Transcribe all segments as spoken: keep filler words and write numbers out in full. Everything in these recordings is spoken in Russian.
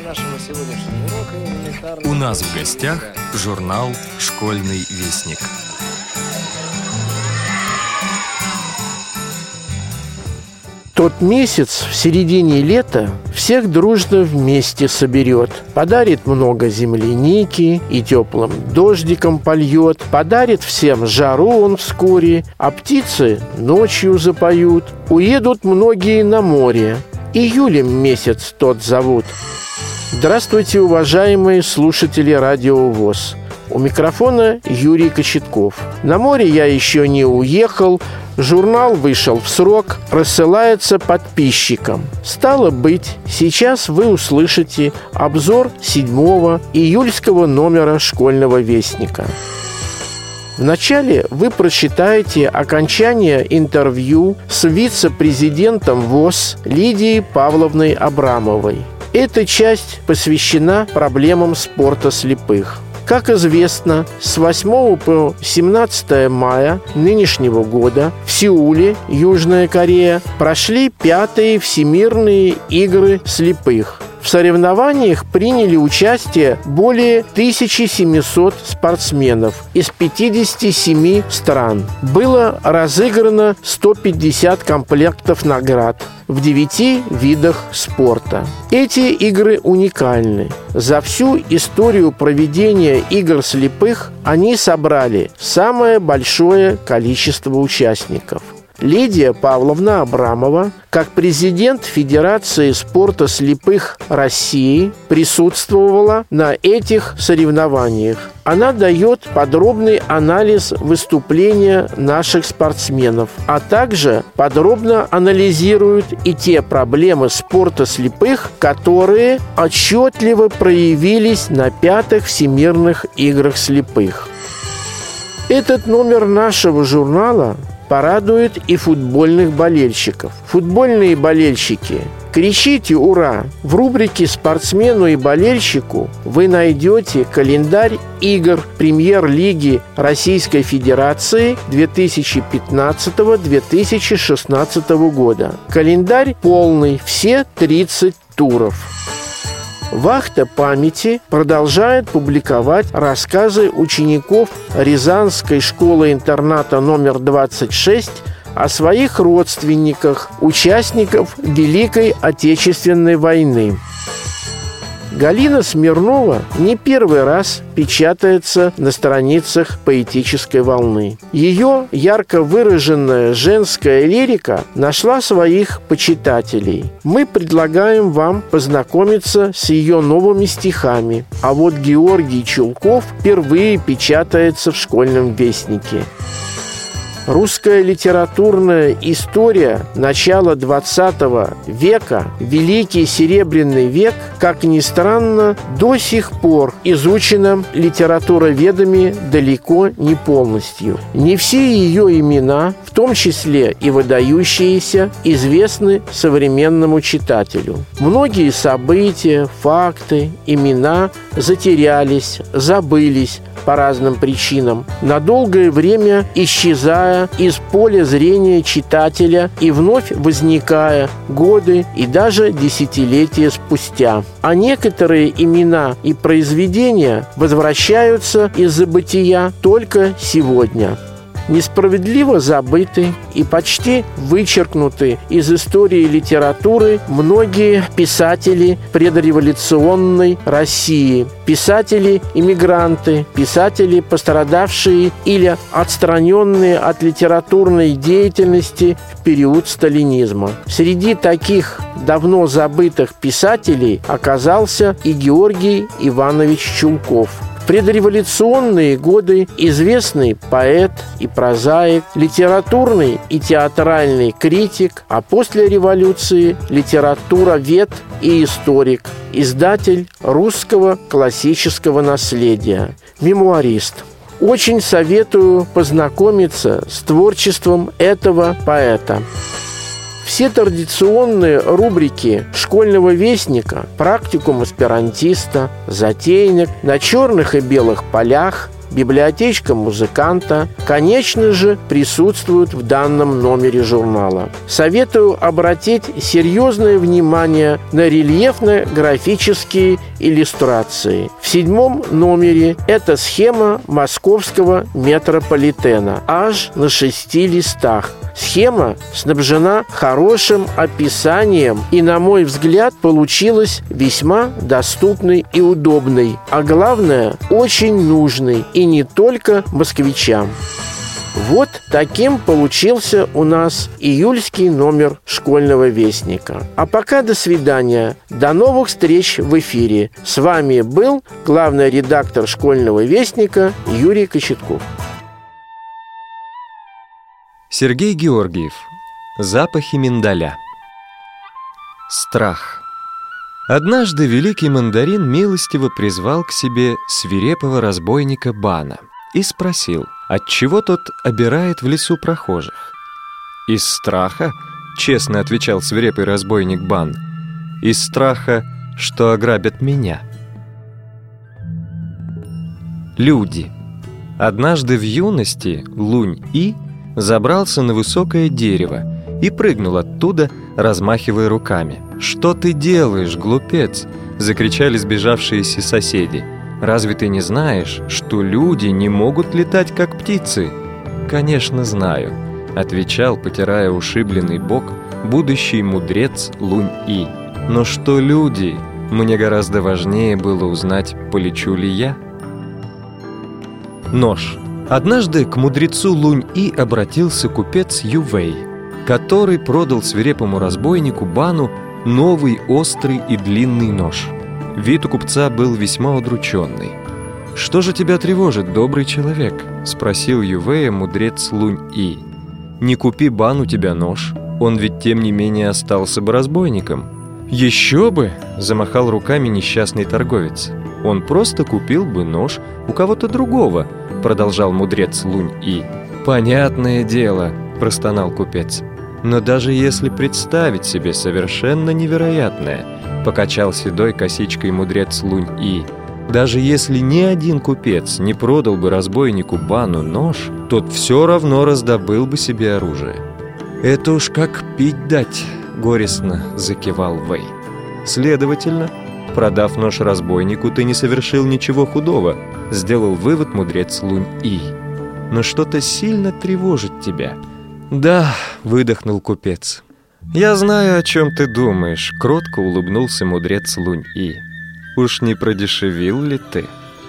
нашего сегодняшнего урока элементарно... У нас в гостях журнал «Школьный вестник». Тот месяц в середине лета всех дружно вместе соберет, подарит много земляники и теплым дождиком польет, подарит всем жару он вскоре, а птицы ночью запоют. Уедут многие на море, июлем месяц тот зовут. Здравствуйте, уважаемые слушатели Радио ВОС. У микрофона Юрий Кочетков. На море я еще не уехал, журнал вышел в срок, рассылается подписчикам. Стало быть, сейчас вы услышите обзор седьмого июльского номера «Школьного вестника». Вначале вы прочитаете окончание интервью с вице-президентом ВОС Лидией Павловной Абрамовой. Эта часть посвящена проблемам спорта слепых. Как известно, с восьмого по семнадцатое мая нынешнего года в Сеуле, Южная Корея, прошли пятые Всемирные игры слепых. В соревнованиях приняли участие более тысяча семьсот спортсменов из пятидесяти семи стран. Было разыграно сто пятьдесят комплектов наград в девяти видах спорта. Эти игры уникальны. За всю историю проведения игр слепых они собрали самое большое количество участников. Лидия Павловна Абрамова, как президент Федерации спорта слепых России, присутствовала на этих соревнованиях. Она дает подробный анализ выступления наших спортсменов, а также подробно анализирует и те проблемы спорта слепых, которые отчетливо проявились на пятых Всемирных играх слепых. Этот номер нашего журнала порадует и футбольных болельщиков. Футбольные болельщики, кричите «Ура!». В рубрике «Спортсмену и болельщику» вы найдете календарь игр Премьер-лиги Российской Федерации две тысячи пятнадцатого - две тысячи шестнадцатого года. Календарь полный, все тридцать туров. «Вахта памяти» продолжает публиковать рассказы учеников Рязанской школы-интерната номер двадцать шесть о своих родственниках, участников Великой Отечественной войны. Галина Смирнова не первый раз печатается на страницах «Поэтической волны». Ее ярко выраженная женская лирика нашла своих почитателей. Мы предлагаем вам познакомиться с ее новыми стихами. А вот Георгий Чулков впервые печатается в «Школьном вестнике». Русская литературная история начала двадцатого века, Великий Серебряный век, как ни странно, до сих пор изучена литературоведами далеко не полностью. Не все ее имена, в том числе и выдающиеся, известны современному читателю. Многие события, факты, имена затерялись, забылись по разным причинам, на долгое время исчезая из поля зрения читателя и вновь возникая годы и даже десятилетия спустя. А некоторые имена и произведения возвращаются из забытия только сегодня. Несправедливо забыты и почти вычеркнуты из истории литературы многие писатели предреволюционной России, писатели-иммигранты, писатели, пострадавшие или отстраненные от литературной деятельности в период сталинизма. Среди таких давно забытых писателей оказался и Георгий Иванович Чулков. В предреволюционные годы известный поэт и прозаик, литературный и театральный критик, а после революции литературовед и историк, издатель русского классического наследия, мемуарист. Очень советую познакомиться с творчеством этого поэта. Все традиционные рубрики «Школьного вестника», «Практикум аспирантиста», «Затейник», «На черных и белых полях», библиотечка музыканта, конечно же, присутствуют в данном номере журнала. Советую обратить серьезное внимание на рельефно-графические иллюстрации. В седьмом номере это схема московского метрополитена аж на шести листах. Схема снабжена хорошим описанием и, на мой взгляд, получилась весьма доступной и удобной, а главное, очень нужной и не только москвичам. Вот таким получился у нас июльский номер «Школьного вестника». А пока до свидания, до новых встреч в эфире. С вами был главный редактор «Школьного вестника» Юрий Кочетков. Сергей Георгиев. Запахи миндаля. Страх. Однажды великий мандарин милостиво призвал к себе свирепого разбойника Бана и спросил, отчего тот обирает в лесу прохожих. «Из страха», — честно отвечал свирепый разбойник Бан, — «из страха, что ограбят меня». Люди. Однажды в юности Лунь-И забрался на высокое дерево и прыгнул оттуда, размахивая руками. «Что ты делаешь, глупец?» — закричали сбежавшиеся соседи. «Разве ты не знаешь, что люди не могут летать, как птицы?» «Конечно, знаю», — отвечал, потирая ушибленный бок, будущий мудрец Лунь-И. «Но что люди? Мне гораздо важнее было узнать, полечу ли я». Нож. Однажды к мудрецу Лунь-И обратился купец Ювей, который продал свирепому разбойнику Бану новый острый и длинный нож. Вид у купца был весьма удрученный. «Что же тебя тревожит, добрый человек?» — спросил Ювея мудрец Лунь-И. «Не купи Бану тебя нож, он ведь тем не менее остался бы разбойником». «Еще бы!» — замахал руками несчастный торговец. «Он просто купил бы нож у кого-то другого», — продолжал мудрец Лунь-И. «Понятное дело», — простонал купец. «Но даже если представить себе совершенно невероятное», — покачал седой косичкой мудрец Лунь-И, «даже если ни один купец не продал бы разбойнику Бану нож, тот все равно раздобыл бы себе оружие». «Это уж как пить дать», — горестно закивал Вэй. «Следовательно, продав нож разбойнику, ты не совершил ничего худого», — сделал вывод мудрец Лунь-И. «Но что-то сильно тревожит тебя». «Да», — выдохнул купец. «Я знаю, о чем ты думаешь», — кротко улыбнулся мудрец Лунь-И. «Уж не продешевил ли ты?»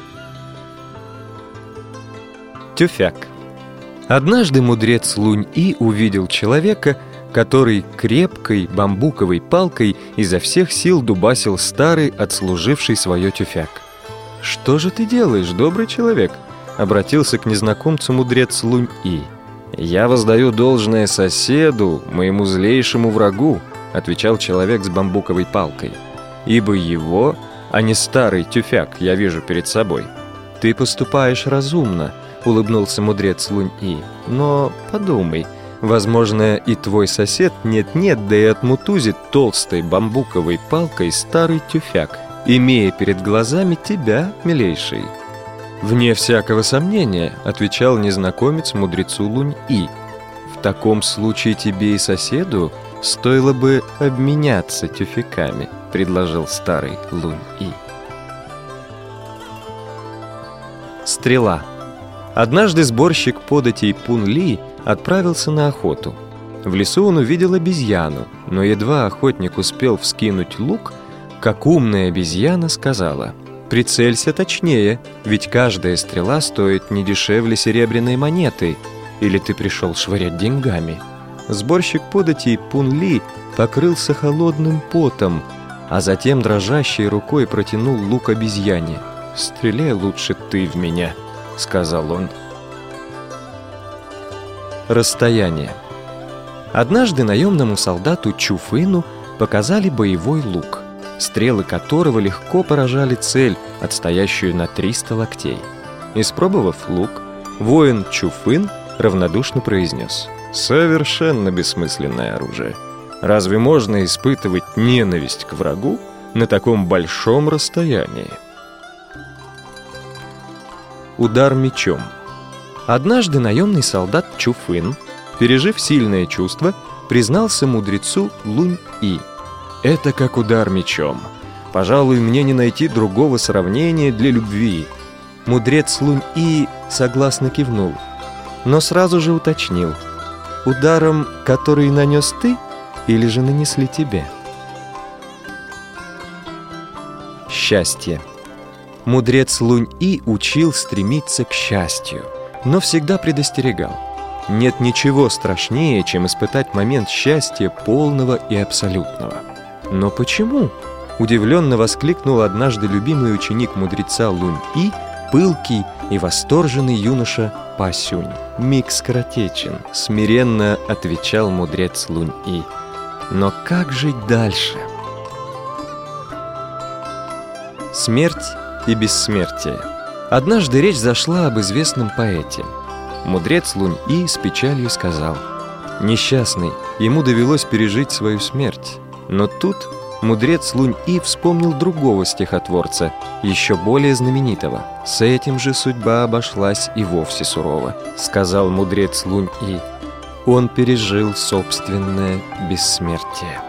Тюфяк. Однажды мудрец Лунь-И увидел человека, который крепкой бамбуковой палкой изо всех сил дубасил старый, отслуживший свое тюфяк. «Что же ты делаешь, добрый человек?» — обратился к незнакомцу мудрец Лунь-И. «Я воздаю должное соседу, моему злейшему врагу», — отвечал человек с бамбуковой палкой. «Ибо его, а не старый тюфяк, я вижу перед собой». «Ты поступаешь разумно», — улыбнулся мудрец Лунь-И. «Но подумай, возможно, и твой сосед нет-нет, да и отмутузит толстой бамбуковой палкой старый тюфяк, имея перед глазами тебя, милейший». «Вне всякого сомнения», — отвечал незнакомец мудрецу Лунь-И. «В таком случае тебе и соседу стоило бы обменяться тюфяками», — предложил старый Лунь-И. Стрела. Однажды сборщик податей Пун-Ли отправился на охоту. В лесу он увидел обезьяну, но едва охотник успел вскинуть лук, как умная обезьяна сказала: «Прицелься точнее, ведь каждая стрела стоит не дешевле серебряной монеты. Или ты пришел швырять деньгами?» Сборщик податей Пун-Ли покрылся холодным потом, а затем дрожащей рукой протянул лук обезьяне. «Стреляй лучше ты в меня», — сказал он. Расстояние. Однажды наемному солдату Чуфыну показали боевой лук, стрелы которого легко поражали цель, отстоящую на триста локтей. Испробовав лук, воин Чуфын равнодушно произнес: «Совершенно бессмысленное оружие. Разве можно испытывать ненависть к врагу на таком большом расстоянии?» Удар мечом. Однажды наемный солдат Чуфын, пережив сильное чувство, признался мудрецу Лунь-И. «Это как удар мечом. Пожалуй, мне не найти другого сравнения для любви». Мудрец Лунь-И согласно кивнул, но сразу же уточнил: «Ударом, который нанес ты, или же нанесли тебе?» Счастье. Мудрец Лунь-И учил стремиться к счастью, но всегда предостерегал: нет ничего страшнее, чем испытать момент счастья полного и абсолютного. «Но почему?» — удивленно воскликнул однажды любимый ученик мудреца Лунь-И, пылкий и восторженный юноша Па Сюнь. «Миг скоротечен», — смиренно отвечал мудрец Лунь-И. «Но как жить дальше?» Смерть и бессмертие. Однажды речь зашла об известном поэте. Мудрец Лунь-И с печалью сказал: «Несчастный, ему довелось пережить свою смерть». Но тут мудрец Лунь-И вспомнил другого стихотворца, еще более знаменитого. «С этим же судьба обошлась и вовсе сурово», — сказал мудрец Лунь-И. Он пережил собственное бессмертие.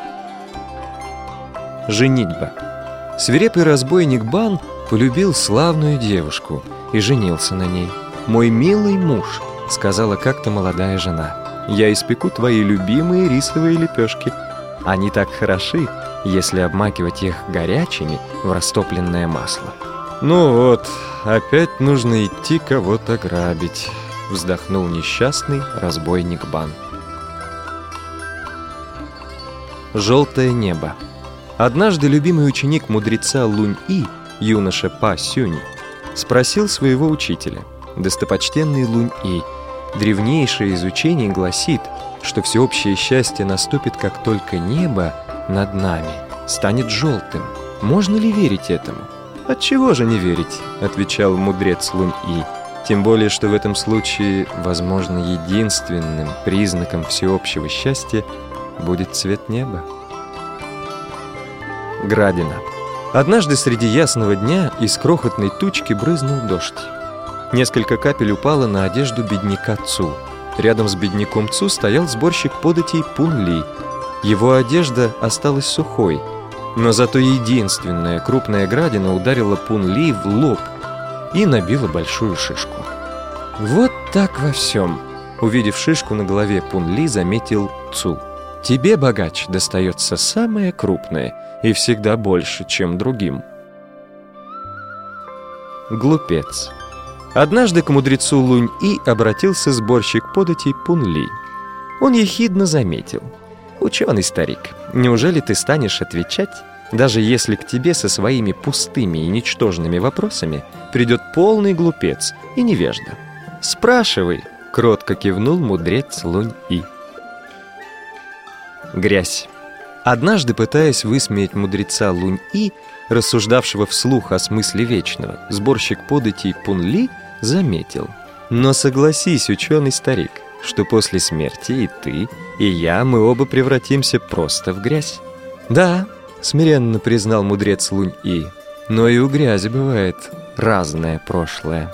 Женитьба. Свирепый разбойник Бан полюбил славную девушку и женился на ней. «Мой милый муж», — сказала как-то молодая жена, — «я испеку твои любимые рисовые лепешки. Они так хороши, если обмакивать их горячими в растопленное масло». «Ну вот, опять нужно идти кого-то грабить», — вздохнул несчастный разбойник Бан. Желтое небо. Однажды любимый ученик мудреца Лунь-И, юноша Па Сюнь, спросил своего учителя: «Достопочтенный Лунь-И, древнейшее изучение гласит, что всеобщее счастье наступит, как только небо над нами станет желтым. Можно ли верить этому?» «Отчего же не верить?» — отвечал мудрец Лунь-И. «Тем более, что в этом случае, возможно, единственным признаком всеобщего счастья будет цвет неба». Градина. Однажды среди ясного дня из крохотной тучки брызнул дождь. Несколько капель упало на одежду бедняка Цу. Рядом с бедняком Цу стоял сборщик податей Пун Ли. Его одежда осталась сухой, но зато единственная крупная градина ударила Пун Ли в лоб и набила большую шишку. «Вот так во всем», — увидев шишку на голове Пун Ли, заметил Цу. «Тебе, богач, достается самое крупное и всегда больше, чем другим». Глупец. Однажды к мудрецу Лунь-И обратился сборщик податей Пун Ли. Он ехидно заметил: «Ученый старик, неужели ты станешь отвечать, даже если к тебе со своими пустыми и ничтожными вопросами придет полный глупец и невежда?» «Спрашивай», — кротко кивнул мудрец Лунь-И. Грязь. Однажды, пытаясь высмеять мудреца Лунь-И, рассуждавшего вслух о смысле вечного, сборщик податей Пун Ли заметил: «Но согласись, ученый старик, что после смерти и ты, и я, мы оба превратимся просто в грязь». «Да», — смиренно признал мудрец Лунь-И, — «но и у грязи бывает разное прошлое».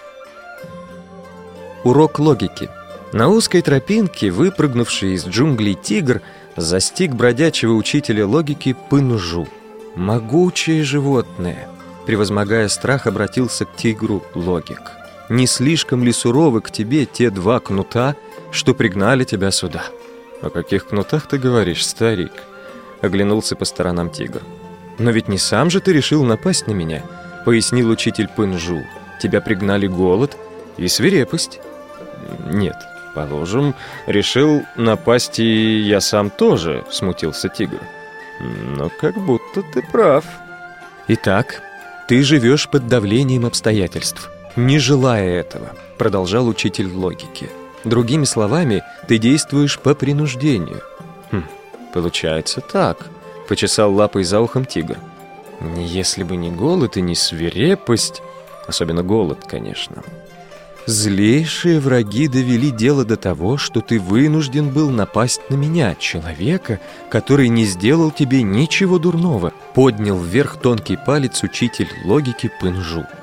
Урок логики. На узкой тропинке, выпрыгнувший из джунглей тигр, застиг бродячего учителя логики Пынжу. «Могучее животное», — превозмогая страх, обратился к тигру логик. «Не слишком ли суровы к тебе те два кнута, что пригнали тебя сюда?» «О каких кнутах ты говоришь, старик?» — оглянулся по сторонам тигр. «Но ведь не сам же ты решил напасть на меня», — пояснил учитель Пынжу. «Тебя пригнали голод и свирепость». «Нет, положим, решил напасть и я сам тоже», — смутился тигр. «Но как будто ты прав». «Итак, ты живешь под давлением обстоятельств, не желая этого», — продолжал учитель логики. «Другими словами, ты действуешь по принуждению». «Хм, получается так», — почесал лапой за ухом тигр. «Если бы не голод и не свирепость, особенно голод, конечно». «Злейшие враги довели дело до того, что ты вынужден был напасть на меня, человека, который не сделал тебе ничего дурного», — поднял вверх тонкий палец учитель логики Пынжу.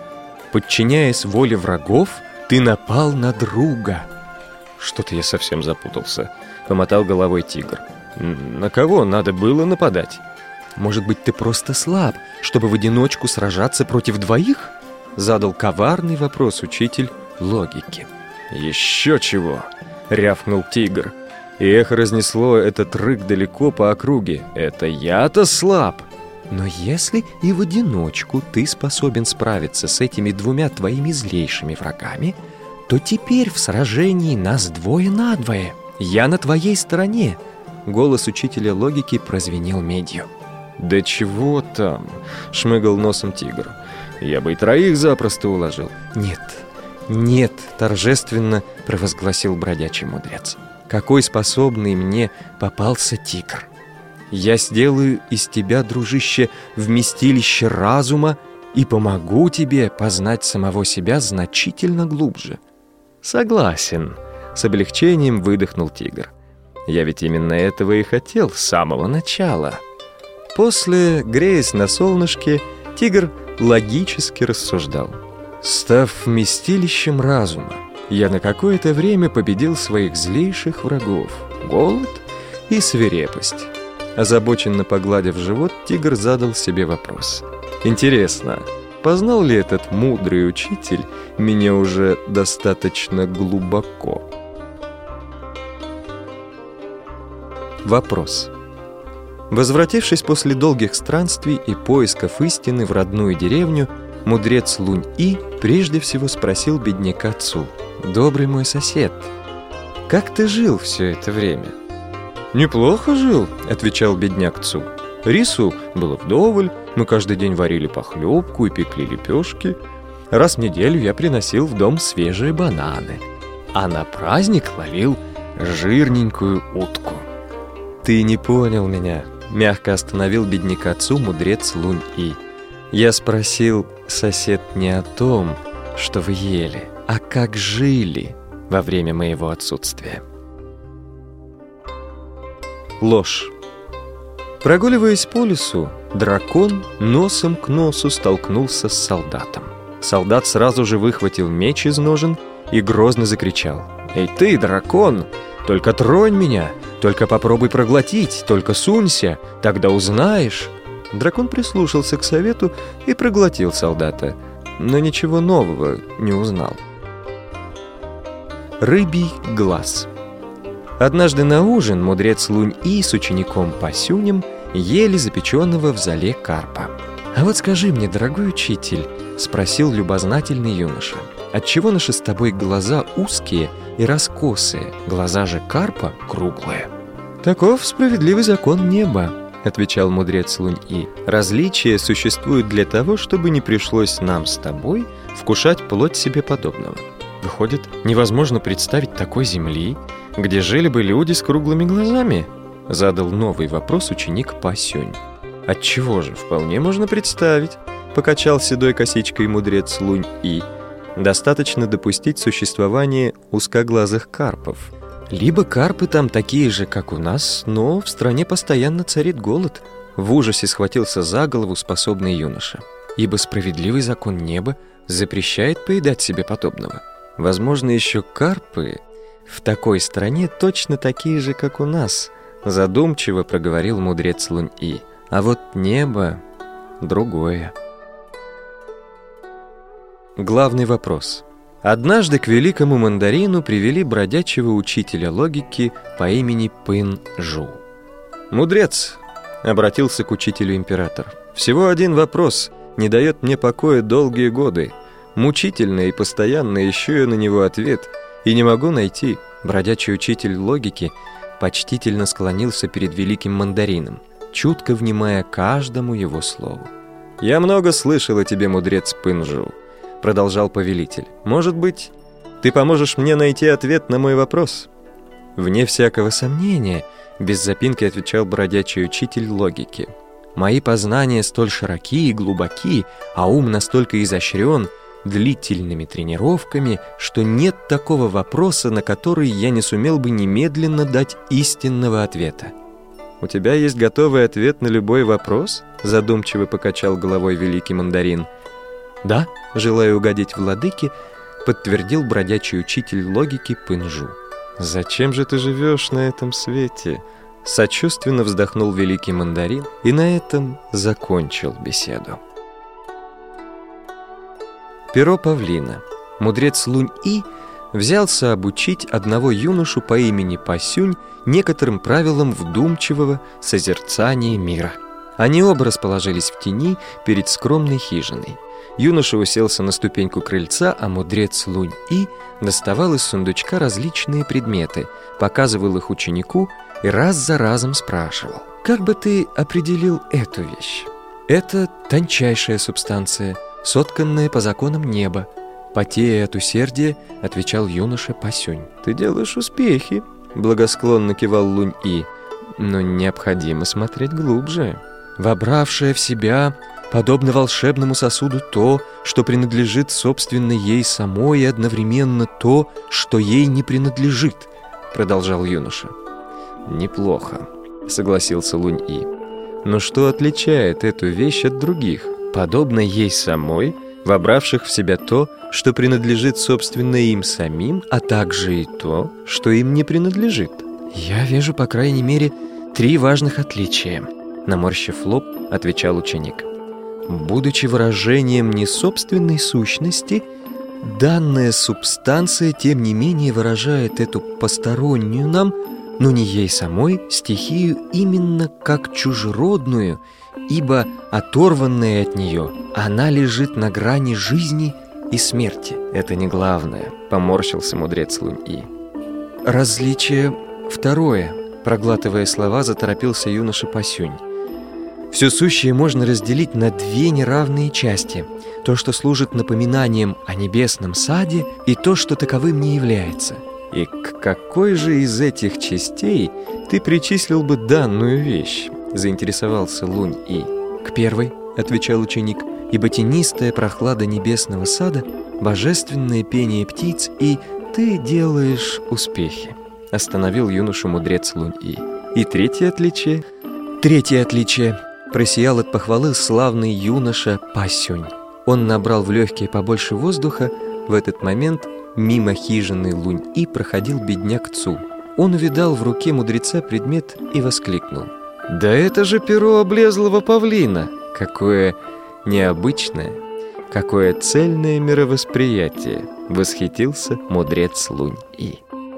Подчиняясь воле врагов, ты напал на друга. Что-то я совсем запутался, помотал головой тигр. На кого надо было нападать? Может быть, ты просто слаб, чтобы в одиночку сражаться против двоих? Задал коварный вопрос учитель логики. Еще чего, рявкнул тигр. И эхо разнесло этот рык далеко по округе. Это я-то слаб. Но если и в одиночку ты способен справиться с этими двумя твоими злейшими врагами, то теперь в сражении нас двое на двое. Я на твоей стороне. Голос учителя логики прозвенел медью. «Да чего там?» — шмыгал носом тигр. «Я бы и троих запросто уложил». «Нет, нет!» — торжественно провозгласил бродячий мудрец. «Какой способный мне попался тигр! Я сделаю из тебя, дружище, вместилище разума и помогу тебе познать самого себя значительно глубже». «Согласен», — с облегчением выдохнул тигр. «Я ведь именно этого и хотел с самого начала». После, греясь на солнышке, тигр логически рассуждал. «Став вместилищем разума, я на какое-то время победил своих злейших врагов — голод и свирепость». Озабоченно погладив живот, тигр задал себе вопрос. «Интересно, познал ли этот мудрый учитель меня уже достаточно глубоко?» Вопрос. Возвратившись после долгих странствий и поисков истины в родную деревню, мудрец Лунь-И прежде всего спросил бедняка Цу: «Добрый мой сосед, как ты жил все это время?» «Неплохо жил», — отвечал бедняк Цу. «Рису было вдоволь, мы каждый день варили похлебку и пекли лепешки. Раз в неделю я приносил в дом свежие бананы, а на праздник ловил жирненькую утку». «Ты не понял меня», — мягко остановил бедняка Цу мудрец Лунь-И. «Я спросил, сосед, не о том, что вы ели, а как жили во время моего отсутствия». Ложь. Прогуливаясь по лесу, дракон носом к носу столкнулся с солдатом. Солдат сразу же выхватил меч из ножен и грозно закричал: «Эй ты, дракон, только тронь меня, только попробуй проглотить, только сунься, тогда узнаешь». Дракон прислушался к совету и проглотил солдата, но ничего нового не узнал. Рыбий глаз. Однажды на ужин мудрец Лунь-И с учеником Пасюнем ели запеченного в зале карпа. «А вот скажи мне, дорогой учитель», — спросил любознательный юноша, «отчего наши с тобой глаза узкие и раскосые, глаза же карпа круглые?» «Таков справедливый закон неба», — отвечал мудрец Лунь-И. «Различия существуют для того, чтобы не пришлось нам с тобой вкушать плоть себе подобного. Выходит, невозможно представить такой земли, где жили бы люди с круглыми глазами?» — задал новый вопрос ученик Пасюнь. «Отчего же, вполне можно представить», — покачал седой косичкой мудрец Лунь-И. «Достаточно допустить существование узкоглазых карпов. Либо карпы там такие же, как у нас, но в стране постоянно царит голод». В ужасе схватился за голову способный юноша. «Ибо справедливый закон неба запрещает поедать себе подобного. Возможно, еще карпы в такой стране точно такие же, как у нас», — задумчиво проговорил мудрец Лунь-И. «А вот небо другое». Главный вопрос. Однажды к великому мандарину привели бродячего учителя логики по имени Пын-Жу. «Мудрец», — обратился к учителю император, — «всего один вопрос не дает мне покоя долгие годы. Мучительно и постоянно ищу я на него ответ, и не могу найти». Бродячий учитель логики почтительно склонился перед великим мандарином, чутко внимая каждому его слову. «Я много слышал о тебе, мудрец Пын-Жу», — продолжал повелитель. «Может быть, ты поможешь мне найти ответ на мой вопрос?» «Вне всякого сомнения», — без запинки отвечал бродячий учитель логики. «Мои познания столь широки и глубоки, а ум настолько изощрен длительными тренировками, что нет такого вопроса, на который я не сумел бы немедленно дать истинного ответа». «У тебя есть готовый ответ на любой вопрос?» — задумчиво покачал головой великий мандарин. «Да, желаю угодить владыке», подтвердил бродячий учитель логики Пынжу. «Зачем же ты живешь на этом свете?» Сочувственно вздохнул великий мандарин и на этом закончил беседу. Перо павлина. Мудрец Лунь-И взялся обучить одного юношу по имени Пасюнь некоторым правилам вдумчивого созерцания мира. Они оба расположились в тени перед скромной хижиной. Юноша уселся на ступеньку крыльца, а мудрец Лунь-И доставал из сундучка различные предметы, показывал их ученику и раз за разом спрашивал: «Как бы ты определил эту вещь?» «Это тончайшая субстанция, сотканная по законам неба», потея от усердия, отвечал юноша Пасюнь. «Ты делаешь успехи», благосклонно кивал Лунь-И, «но необходимо смотреть глубже. Вобравшая в себя, подобно волшебному сосуду, то, что принадлежит собственно ей самой, и одновременно то, что ей не принадлежит», продолжал юноша. «Неплохо», согласился Лунь-И. «Но что отличает эту вещь от других, подобно ей самой, вобравших в себя то, что принадлежит собственно им самим, а также и то, что им не принадлежит?» «Я вижу, по крайней мере, три важных отличия», наморщив лоб, отвечал ученик. «Будучи выражением не собственной сущности, данная субстанция, тем не менее, выражает эту постороннюю нам, но не ей самой, стихию именно как чужеродную, ибо, оторванная от нее, она лежит на грани жизни и смерти». «Это не главное», — поморщился мудрец Лунь-И. «Различие второе», — проглатывая слова, заторопился юноша Пасюнь. «Все сущее можно разделить на две неравные части: то, что служит напоминанием о небесном саде, и то, что таковым не является». «И к какой же из этих частей ты причислил бы данную вещь?» заинтересовался Лунь-И. «К первой», — отвечал ученик, «ибо тенистая прохлада небесного сада, божественное пение птиц, и ты делаешь успехи», — остановил юношу мудрец Лунь-И. «И третье отличие?» «Третье отличие», — просиял от похвалы славный юноша Пасюнь. Он набрал в легкие побольше воздуха. В этот момент мимо хижины Лунь-И проходил бедняк Цу. Он увидал в руке мудреца предмет и воскликнул: «Да это же перо облезлого павлина! Какое необычное, какое цельное мировосприятие!» Восхитился мудрец Лунь-И.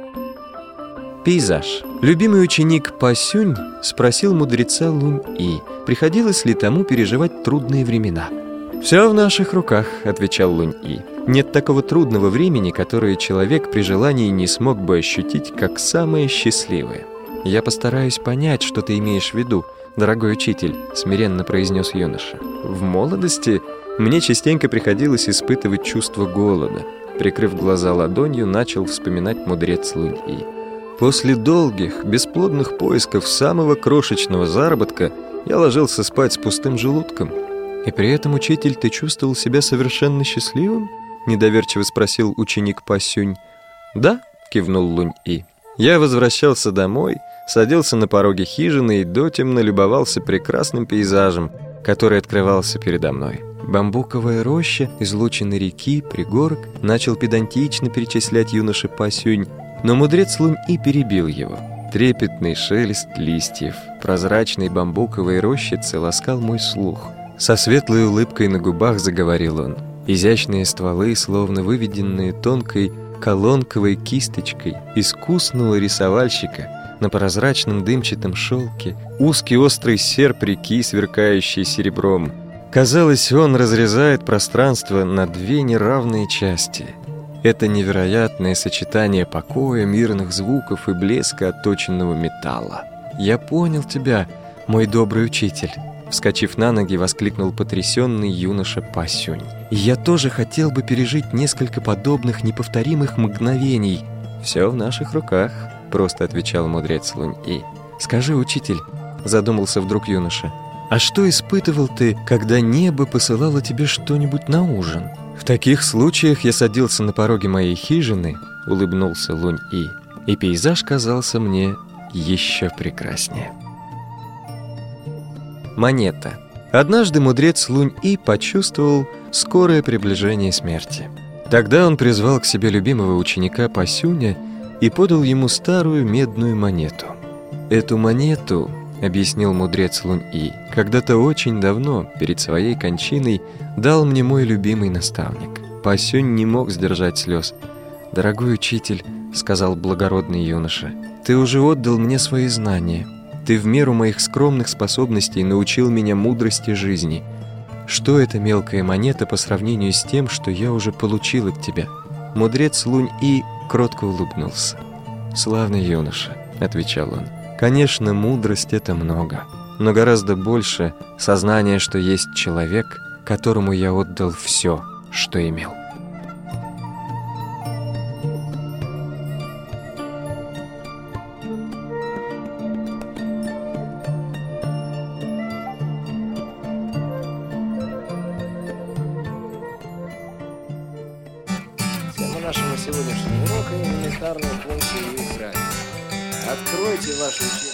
Пейзаж. Любимый ученик Пасюнь спросил мудреца Лунь-И, приходилось ли тому переживать трудные времена. «Все в наших руках», — отвечал Лунь-И. «Нет такого трудного времени, которое человек при желании не смог бы ощутить как самое счастливое». «Я постараюсь понять, что ты имеешь в виду, дорогой учитель», — смиренно произнес юноша. «В молодости мне частенько приходилось испытывать чувство голода», — прикрыв глаза ладонью, начал вспоминать мудрец Лунь-И. «После долгих, бесплодных поисков самого крошечного заработка я ложился спать с пустым желудком». «И при этом, учитель, ты чувствовал себя совершенно счастливым?» — недоверчиво спросил ученик Пасюнь. «Да», — кивнул Лунь-И. «Я возвращался домой, садился на пороге хижины и дотемно любовался прекрасным пейзажем, который открывался передо мной. Бамбуковая роща, излучины реки, пригорок», — начал педантично перечислять юноша Пасюнь, но мудрец Лунь-И перебил его. Трепетный шелест листьев прозрачной бамбуковой рощицы ласкал мой слух. Со светлой улыбкой на губах заговорил он. Изящные стволы, словно выведенные тонкой колонковой кисточкой искусного рисовальщика, на прозрачном дымчатом шелке узкий острый серп реки, сверкающий серебром. Казалось, он разрезает пространство на две неравные части. Это невероятное сочетание покоя, мирных звуков и блеска отточенного металла. «Я понял тебя, мой добрый учитель», — вскочив на ноги, воскликнул потрясенный юноша Пасюнь. «Я тоже хотел бы пережить несколько подобных неповторимых мгновений». «Все в наших руках», — просто отвечал мудрец Лунь-И. «Скажи, учитель», — задумался вдруг юноша, «а что испытывал ты, когда небо посылало тебе что-нибудь на ужин?» «В таких случаях я садился на пороге моей хижины», — улыбнулся Лунь-И, «и пейзаж казался мне еще прекраснее». Монета. Однажды мудрец Лунь-И почувствовал, скорое приближение смерти. Тогда он призвал к себе любимого ученика Пасюня и подал ему старую медную монету. «Эту монету, — объяснил мудрец Лунь-И, — когда-то очень давно, перед своей кончиной, дал мне мой любимый наставник». Пасюнь не мог сдержать слез. «Дорогой учитель, — сказал благородный юноша, — ты уже отдал мне свои знания. Ты в меру моих скромных способностей научил меня мудрости жизни. Что эта мелкая монета по сравнению с тем, что я уже получил от тебя?» Мудрец Лунь-И кротко улыбнулся. «Славный юноша, — отвечал он, — конечно, мудрость — это много, но гораздо больше сознание, что есть человек, которому я отдал все, что имел». Тема нашего сегодняшнего урока — элементарные функции и их грани. Откройте ваши учебники.